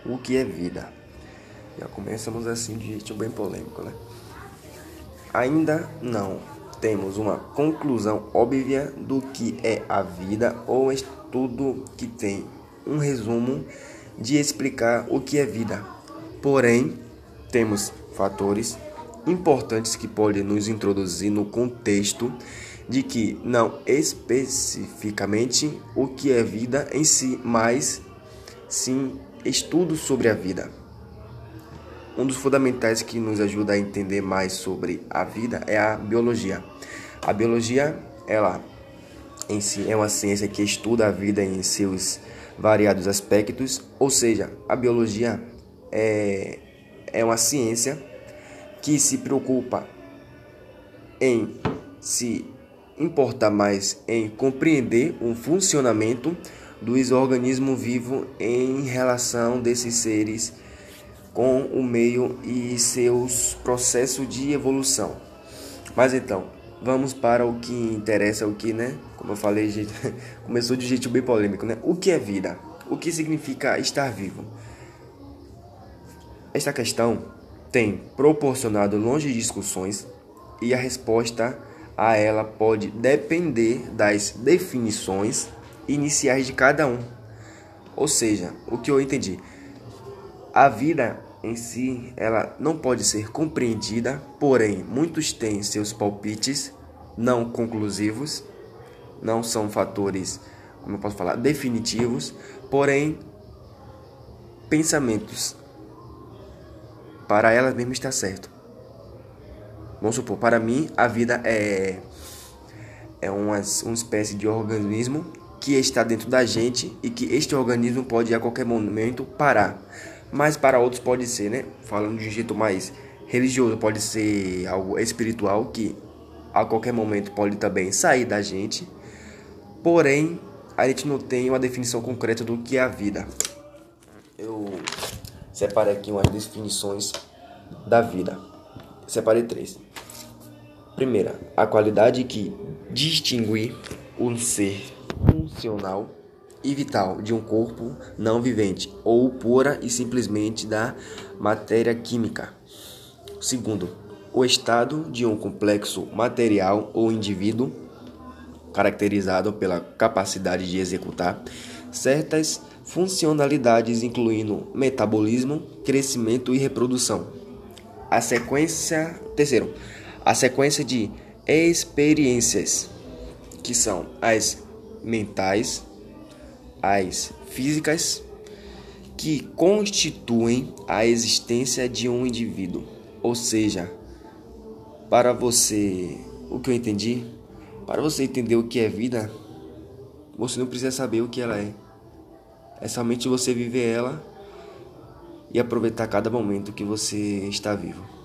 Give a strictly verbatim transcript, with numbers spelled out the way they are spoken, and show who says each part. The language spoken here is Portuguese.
Speaker 1: o que é vida. Já começamos assim de jeito bem polêmico, né? Ainda não temos uma conclusão óbvia do que é a vida ou estudo que tem um resumo de explicar o que é vida. Porém, temos fatores importantes que podem nos introduzir no contexto de que não especificamente o que é vida em si, mas sim estudos sobre a vida. Um dos fundamentais que nos ajuda a entender mais sobre a vida é a biologia. A biologia, ela em si é uma ciência que estuda a vida em seus variados aspectos, ou seja, a biologia é, é uma ciência que se preocupa em se importa mais em compreender o funcionamento dos organismos vivos em relação desses seres com o meio e seus processos de evolução. Mas então, vamos para o que interessa, o que, né? Como eu falei, gente, começou de jeito bem polêmico, né? O que é vida? O que significa estar vivo? Esta questão tem proporcionado longas discussões e a resposta a ela pode depender das definições iniciais de cada um. Ou seja, o que eu entendi, a vida em si, ela não pode ser compreendida, porém, muitos têm seus palpites não conclusivos, não são fatores, como eu posso falar, definitivos, porém, pensamentos, para ela mesmo está certo. Vamos supor, para mim, a vida é, é uma, uma espécie de organismo que está dentro da gente e que este organismo pode a qualquer momento parar. Mas para outros pode ser, né? Falando de um jeito mais religioso, pode ser algo espiritual que a qualquer momento pode também sair da gente. Porém, a gente não tem uma definição concreta do que é a vida. Eu separei aqui umas definições da vida. Separei três. Primeira, a qualidade que distingue um ser funcional e vital de um corpo não vivente ou pura e simplesmente da matéria química. Segundo, o estado de um complexo material ou indivíduo caracterizado pela capacidade de executar certas funcionalidades, incluindo metabolismo, crescimento e reprodução. A sequência, terceiro, a sequência de experiências, que são as mentais, as físicas, que constituem a existência de um indivíduo. Ou seja, para você, o que eu entendi, para você entender o que é vida, você não precisa saber o que ela é. É somente você viver ela e aproveitar cada momento que você está vivo.